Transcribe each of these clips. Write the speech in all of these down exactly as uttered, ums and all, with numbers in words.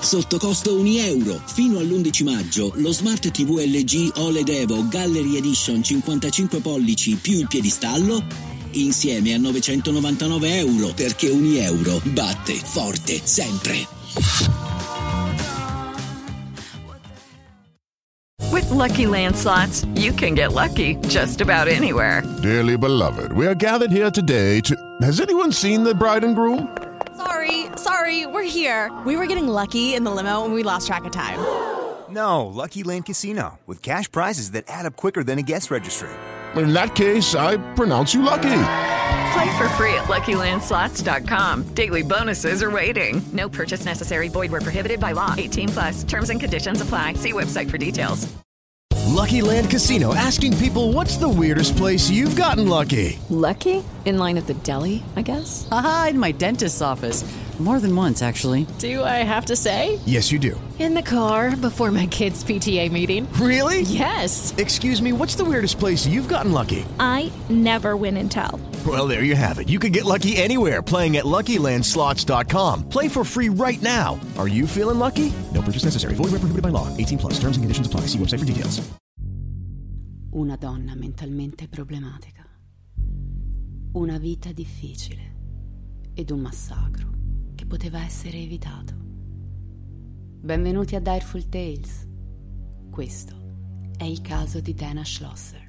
sotto costo un euro. Fino all'undici maggio lo Smart ti vu L G O L E D Evo Gallery Edition cinquantacinque pollici più il piedistallo insieme a novecentonovantanove euro, perché un euro batte forte sempre. With Lucky Land Slots, you can get lucky just about anywhere. Dearly beloved, we are gathered here today to... Has anyone seen the bride and groom? Sorry, sorry, we're here. We were getting lucky in the limo and we lost track of time. No, Lucky Land Casino, with cash prizes that add up quicker than a guest registry. In that case, I pronounce you lucky. Play for free at lucky land slots dot com. Daily bonuses are waiting. No purchase necessary. Void where prohibited by law. eighteen plus. Terms and conditions apply. See website for details. Lucky Land Casino, asking people, what's the weirdest place you've gotten lucky? Lucky? In line at the deli, I guess? Aha, in my dentist's office. More than once, actually. Do I have to say? Yes, you do. In the car before my kids' P T A meeting. Really? Yes. Excuse me, what's the weirdest place you've gotten lucky? I never win and tell. Well, there you have it. You can get lucky anywhere, playing at Lucky Land Slots dot com. Play for free right now. Are you feeling lucky? No purchase necessary. Void where prohibited by law. eighteen plus. Terms and conditions apply. See website for details. Una donna mentalmente problematica. Una vita difficile. Ed un massacro che poteva essere evitato. Benvenuti a Direful Tales. Questo è il caso di Dana Schlosser.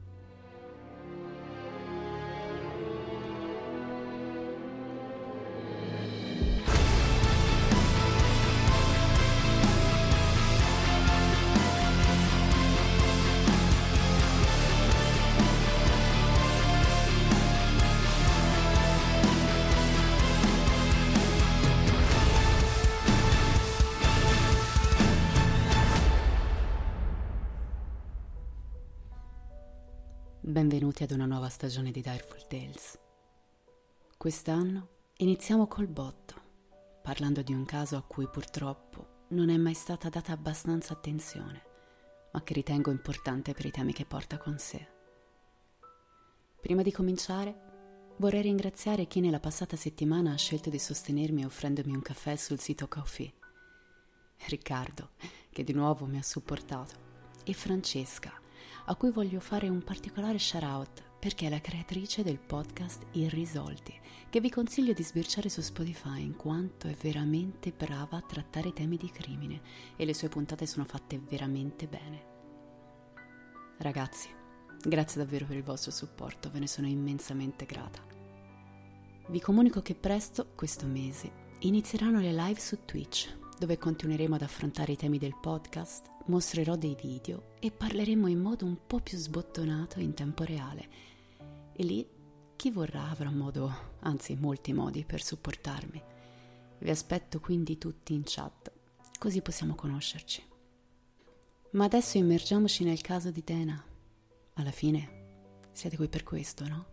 Benvenuti ad una nuova stagione di Direful Tales. Quest'anno iniziamo col botto, parlando di un caso a cui purtroppo non è mai stata data abbastanza attenzione, ma che ritengo importante per i temi che porta con sé. Prima di cominciare, vorrei ringraziare chi nella passata settimana ha scelto di sostenermi offrendomi un caffè sul sito Ko-fi. Riccardo, che di nuovo mi ha supportato, e Francesca, a cui voglio fare un particolare shout-out perché è la creatrice del podcast Irrisolti, che vi consiglio di sbirciare su Spotify in quanto è veramente brava a trattare i temi di crimine e le sue puntate sono fatte veramente bene. Ragazzi, grazie davvero per il vostro supporto, ve ne sono immensamente grata. Vi comunico che presto, questo mese, inizieranno le live su Twitch, dove continueremo ad affrontare i temi del podcast, mostrerò dei video e parleremo in modo un po' più sbottonato in tempo reale. E lì chi vorrà avrà modo, anzi molti modi per supportarmi. Vi aspetto quindi tutti in chat, così possiamo conoscerci. Ma adesso immergiamoci nel caso di Dana. Alla fine siete qui per questo, no?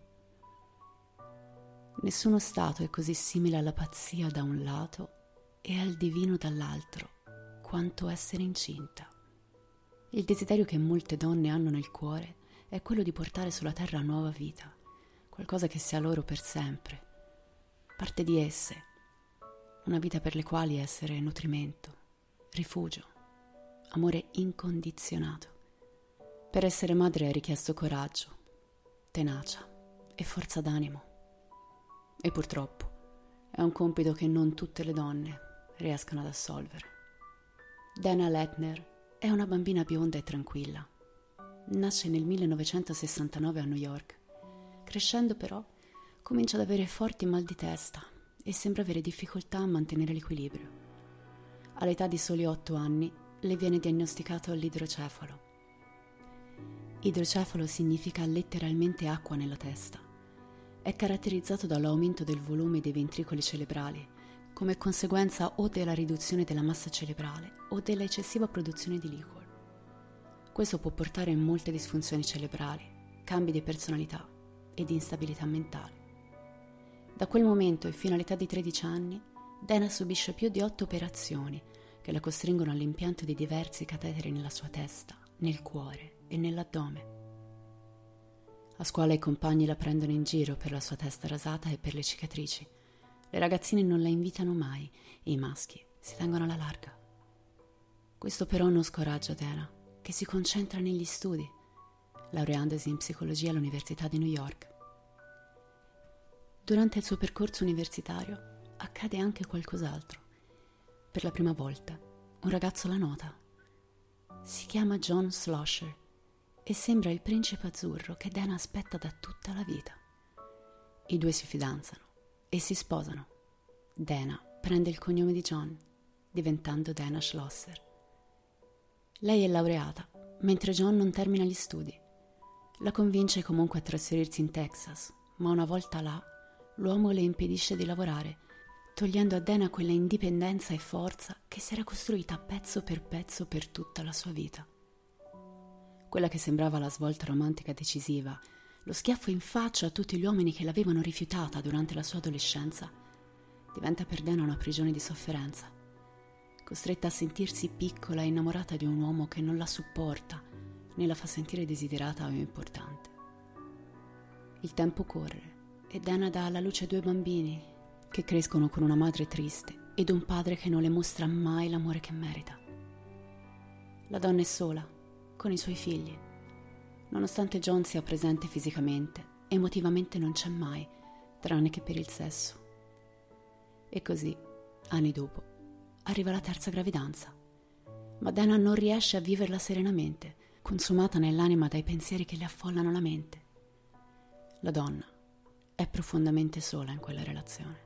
Nessuno stato è così simile alla pazzia da un lato e al divino dall'altro quanto essere incinta. Il desiderio che molte donne hanno nel cuore è quello di portare sulla terra nuova vita, qualcosa che sia loro per sempre, parte di esse, una vita per le quali essere nutrimento, rifugio, amore incondizionato. Per essere madre è richiesto coraggio, tenacia e forza d'animo. E purtroppo è un compito che non tutte le donne riescono ad assolvere. Dana Lettner è una bambina bionda e tranquilla. Nasce nel millenovecentosessantanove a New York. Crescendo però comincia ad avere forti mal di testa e sembra avere difficoltà a mantenere l'equilibrio. All'età di soli otto anni le viene diagnosticato l'idrocefalo. Idrocefalo significa letteralmente acqua nella testa. È caratterizzato dall'aumento del volume dei ventricoli cerebrali, come conseguenza o della riduzione della massa cerebrale o della eccessiva produzione di liquor. Questo può portare a molte disfunzioni cerebrali, cambi di personalità ed instabilità mentale. Da quel momento e fino all'età di tredici anni, Dana subisce più di otto operazioni che la costringono all'impianto di diversi cateteri nella sua testa, nel cuore e nell'addome. A scuola i compagni la prendono in giro per la sua testa rasata e per le cicatrici. Le ragazzine non la invitano mai e i maschi si tengono alla larga. Questo però non scoraggia Dana, che si concentra negli studi, laureandosi in psicologia all'Università di New York. Durante il suo percorso universitario accade anche qualcos'altro. Per la prima volta un ragazzo la nota. Si chiama John Schlosser e sembra il principe azzurro che Dana aspetta da tutta la vita. I due si fidanzano e si sposano. Dana prende il cognome di John, diventando Dana Schlosser. Lei è laureata, mentre John non termina gli studi. La convince comunque a trasferirsi in Texas, ma una volta là, l'uomo le impedisce di lavorare, togliendo a Dana quella indipendenza e forza che si era costruita pezzo per pezzo per tutta la sua vita. Quella che sembrava la svolta romantica decisiva, lo schiaffo in faccia a tutti gli uomini che l'avevano rifiutata durante la sua adolescenza, diventa per Dana una prigione di sofferenza, costretta a sentirsi piccola e innamorata di un uomo che non la supporta né la fa sentire desiderata o importante. Il tempo corre e Dana dà alla luce due bambini che crescono con una madre triste ed un padre che non le mostra mai l'amore che merita. La donna è sola, con i suoi figli. Nonostante John sia presente fisicamente, emotivamente non c'è mai, tranne che per il sesso. E così, anni dopo, arriva la terza gravidanza, ma Dana non riesce a viverla serenamente, consumata nell'anima dai pensieri che le affollano la mente. La donna è profondamente sola in quella relazione.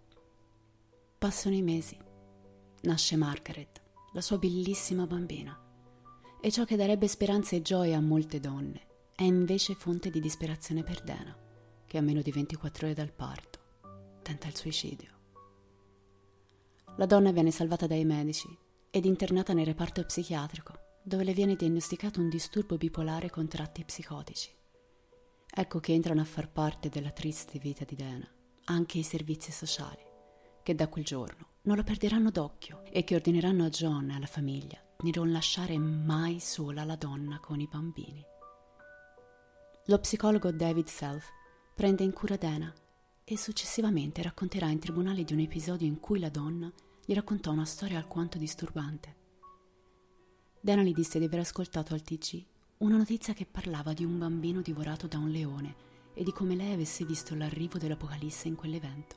Passano i mesi. Nasce Margaret, la sua bellissima bambina, e ciò che darebbe speranza e gioia a molte donne è invece fonte di disperazione per Dana, che a meno di ventiquattro ore dal parto tenta il suicidio. La donna viene salvata dai medici ed internata nel reparto psichiatrico, dove le viene diagnosticato un disturbo bipolare con tratti psicotici. Ecco che entrano a far parte della triste vita di Dana anche i servizi sociali, che da quel giorno non la perderanno d'occhio e che ordineranno a John e alla famiglia di non lasciare mai sola la donna con i bambini. Lo psicologo David Self prende in cura Dana e successivamente racconterà in tribunale di un episodio in cui la donna gli raccontò una storia alquanto disturbante. Dana gli disse di aver ascoltato al T G una notizia che parlava di un bambino divorato da un leone e di come lei avesse visto l'arrivo dell'Apocalisse in quell'evento.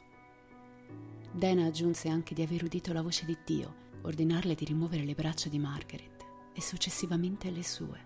Dana aggiunse anche di aver udito la voce di Dio ordinarle di rimuovere le braccia di Margaret e successivamente le sue.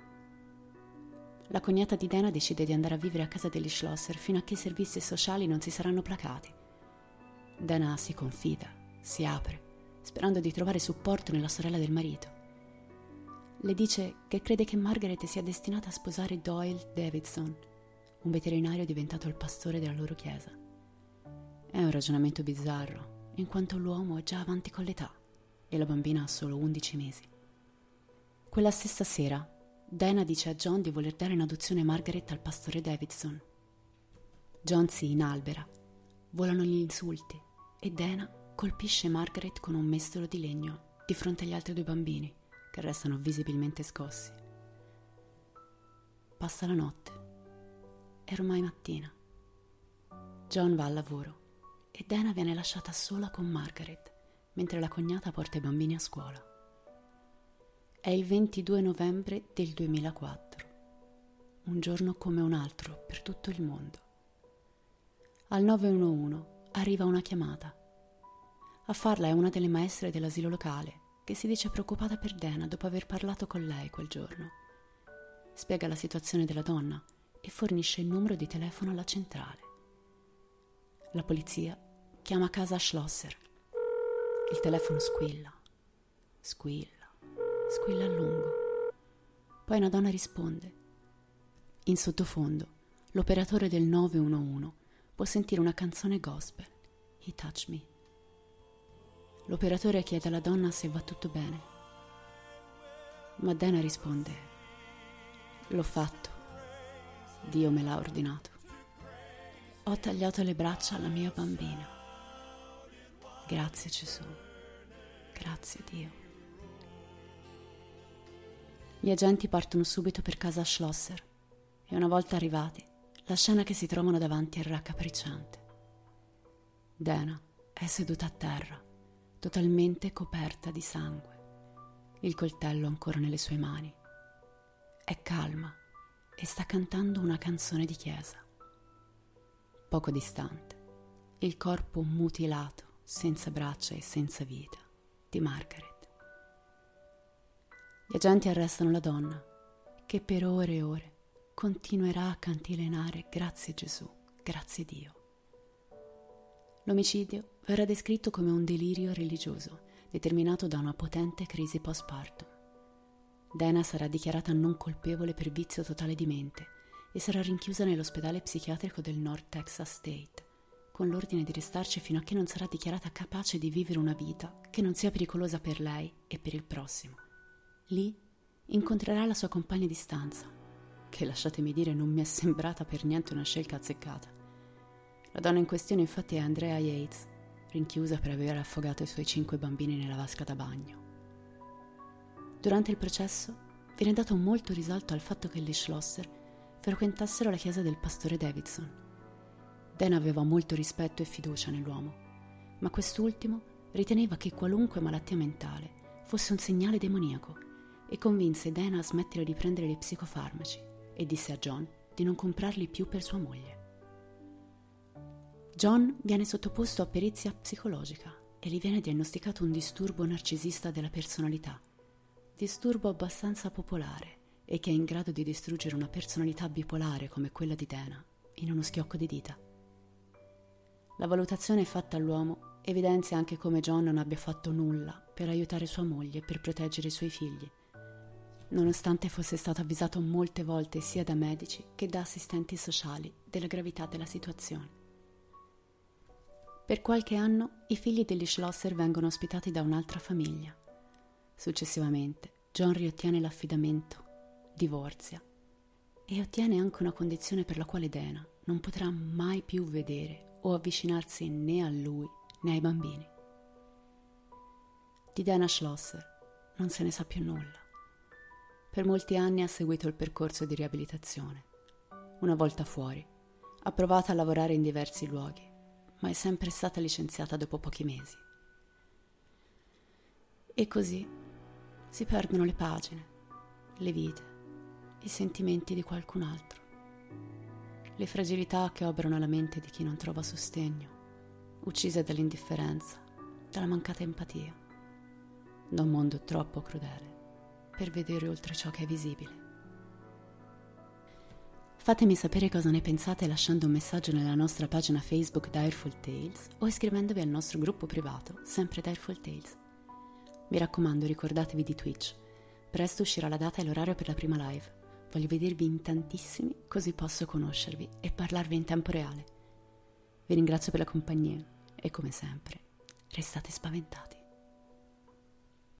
La cognata di Dana decide di andare a vivere a casa degli Schlosser fino a che i servizi sociali non si saranno placati. Dana si confida, si apre, sperando di trovare supporto nella sorella del marito. Le dice che crede che Margaret sia destinata a sposare Doyle Davidson, un veterinario diventato il pastore della loro chiesa. È un ragionamento bizzarro, in quanto l'uomo è già avanti con l'età e la bambina ha solo undici mesi. Quella stessa sera, Dana dice a John di voler dare in adozione Margaret al pastore Davidson. John si inalbera, volano gli insulti e Dana colpisce Margaret con un mestolo di legno di fronte agli altri due bambini, che restano visibilmente scossi. Passa la notte. È ormai mattina. John va al lavoro e Dana viene lasciata sola con Margaret, mentre la cognata porta i bambini a scuola. È il ventidue novembre del duemilaquattro, un giorno come un altro per tutto il mondo. Al nove uno uno arriva una chiamata. A farla è una delle maestre dell'asilo locale, che si dice preoccupata per Dana dopo aver parlato con lei quel giorno. Spiega la situazione della donna e fornisce il numero di telefono alla centrale. La polizia chiama casa Schlosser. Il telefono squilla, squilla, squilla a lungo. Poi una donna risponde. In sottofondo, l'operatore del nove uno uno può sentire una canzone gospel, He Touched Me. L'operatore chiede alla donna se va tutto bene, ma Dana risponde: l'ho fatto, Dio me l'ha ordinato. Ho tagliato le braccia alla mia bambina. Grazie Gesù, grazie Dio. Gli agenti partono subito per casa Schlosser e una volta arrivati, la scena che si trovano davanti è raccapricciante. Dana è seduta a terra, totalmente coperta di sangue. il coltello ancora nelle sue mani. È calma e sta cantando una canzone di chiesa. Poco distante, il corpo mutilato, senza braccia e senza vita, di Margaret. Gli agenti arrestano la donna, che per ore e ore continuerà a cantilenare "Grazie Gesù, grazie Dio". L'omicidio verrà descritto come un delirio religioso determinato da una potente crisi postpartum. Dana sarà dichiarata non colpevole per vizio totale di mente e sarà rinchiusa nell'ospedale psichiatrico del North Texas State, con l'ordine di restarci fino a che non sarà dichiarata capace di vivere una vita che non sia pericolosa per lei e per il prossimo. Lì incontrerà la sua compagna di stanza, che, lasciatemi dire, non mi è sembrata per niente una scelta azzeccata. La donna in questione infatti è Andrea Yates, rinchiusa per aver affogato i suoi cinque bambini nella vasca da bagno. Durante il processo viene dato molto risalto al fatto che gli Schlosser frequentassero la chiesa del pastore Davidson. Dana aveva molto rispetto e fiducia nell'uomo, ma quest'ultimo riteneva che qualunque malattia mentale fosse un segnale demoniaco e convinse Dana a smettere di prendere gli psicofarmaci e disse a John di non comprarli più per sua moglie. John viene sottoposto a perizia psicologica e gli viene diagnosticato un disturbo narcisista della personalità, disturbo abbastanza popolare e che è in grado di distruggere una personalità bipolare come quella di Dana in uno schiocco di dita. La valutazione fatta all'uomo evidenzia anche come John non abbia fatto nulla per aiutare sua moglie e per proteggere i suoi figli, nonostante fosse stato avvisato molte volte sia da medici che da assistenti sociali della gravità della situazione. Per qualche anno i figli degli Schlosser vengono ospitati da un'altra famiglia. Successivamente John riottiene l'affidamento, divorzia e ottiene anche una condizione per la quale Dana non potrà mai più vedere o avvicinarsi né a lui né ai bambini. Di Dana Schlosser non se ne sa più nulla. Per molti anni ha seguito il percorso di riabilitazione. Una volta fuori, ha provato a lavorare in diversi luoghi, ma è sempre stata licenziata dopo pochi mesi. E così si perdono le pagine, le vite, i sentimenti di qualcun altro, le fragilità che operano la mente di chi non trova sostegno, uccise dall'indifferenza, dalla mancata empatia, da un mondo troppo crudele per vedere oltre ciò che è visibile. Fatemi sapere cosa ne pensate lasciando un messaggio nella nostra pagina Facebook Direful Tales o iscrivendovi al nostro gruppo privato, sempre Direful Tales. Mi raccomando, ricordatevi di Twitch. Presto uscirà la data e l'orario per la prima live. Voglio vedervi in tantissimi, così posso conoscervi e parlarvi in tempo reale. Vi ringrazio per la compagnia e, come sempre, restate spaventati.